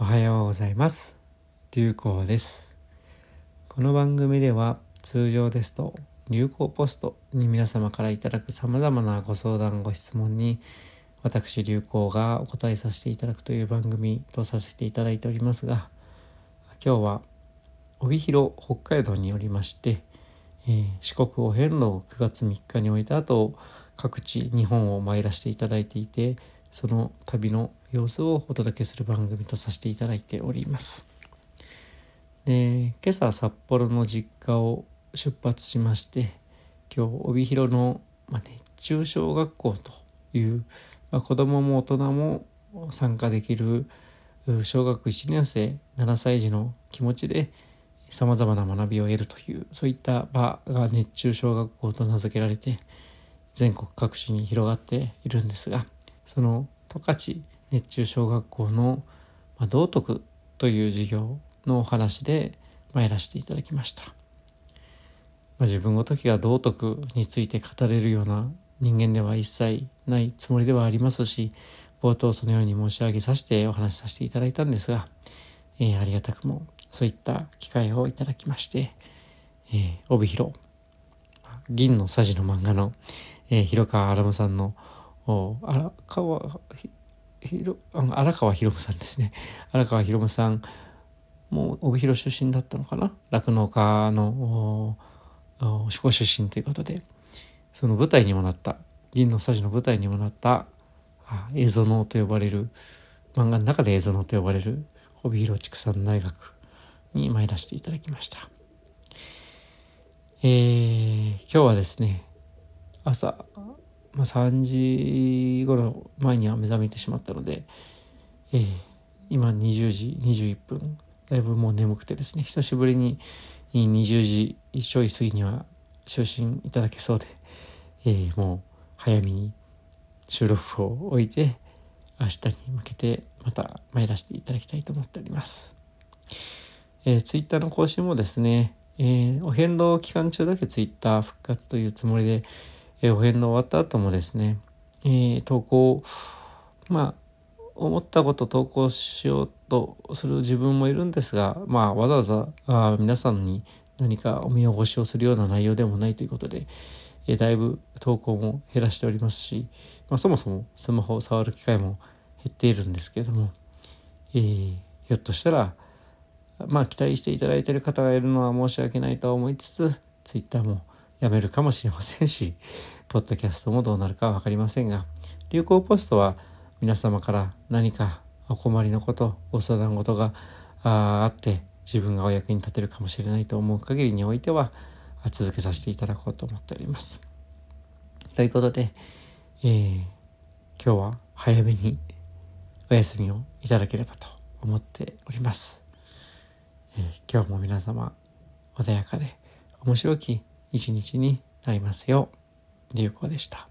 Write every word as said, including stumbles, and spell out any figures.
おはようございます。流行です。この番組では通常ですと流行ポストに皆様からいただく様々なご相談ご質問に私流行がお答えさせていただくという番組とさせていただいておりますが、今日は帯広北海道におりまして、えー、四国お遍路をくがつみっかに終えた後各地日本を参らせていただいていて、その旅の様子をお届けする番組とさせていただいております。で、今朝札幌の実家を出発しまして、今日帯広の、まあ、熱中小学校という、まあ、子どもも大人も参加できる小学いちねん生ななさい児の気持ちでさまざまな学びを得るという、そういった場が熱中小学校と名付けられて全国各地に広がっているんですが、その十勝熱中小学校の、まあ、道徳という授業のお話で参らせていただきました。まあ、自分ごときが道徳について語れるような人間では一切ないつもりではありますし、冒頭そのように申し上げさせてお話しさせていただいたんですが、えー、ありがたくもそういった機会をいただきまして、えー、帯広銀のさじの漫画の、えー、広川荒夢さんの荒川ひろ荒川博夢さんですね荒川博夢さんも帯広出身だったのかな、酪農家のご出身ということで、その舞台にもなった銀のさじの舞台にもなった映像能と呼ばれる漫画の中で映像能と呼ばれる帯広畜産大学に参らせていただきました。えー、今日はですね朝、まあ、さんじ頃前には目覚めてしまったので、えー、今にじゅうじにじゅういっぷん、だいぶもう眠くてですね、久しぶりににじゅうじちょい過ぎには就寝いただけそうで、えー、もう早めに収録を置いて明日に向けてまた参らせていただきたいと思っております。えー、ツイッターの更新もですね、えー、お遍路期間中だけツイッター復活というつもりで、えー、お遍路終わった後もですね、えー、投稿まあ思ったこと投稿しようとする自分もいるんですが、まあわざわざあ皆さんに何かお見汚しをするような内容でもないということで、えー、だいぶ投稿も減らしておりますし、まあ、そもそもスマホを触る機会も減っているんですけれども、えー、ひょっとしたらまあ期待していただいている方がいるのは申し訳ないとは思いつつ、ツイッターもやめるかもしれませんし、ポッドキャストもどうなるかは分かりませんが、流行ポストは皆様から何かお困りのこと、ご相談事が あ, あって自分がお役に立てるかもしれないと思う限りにおいては続けさせていただこうと思っております。ということで、えー、今日は早めにお休みをいただければと思っております。えー、今日も皆様穏やかで面白き一日になりますよう。流行でした。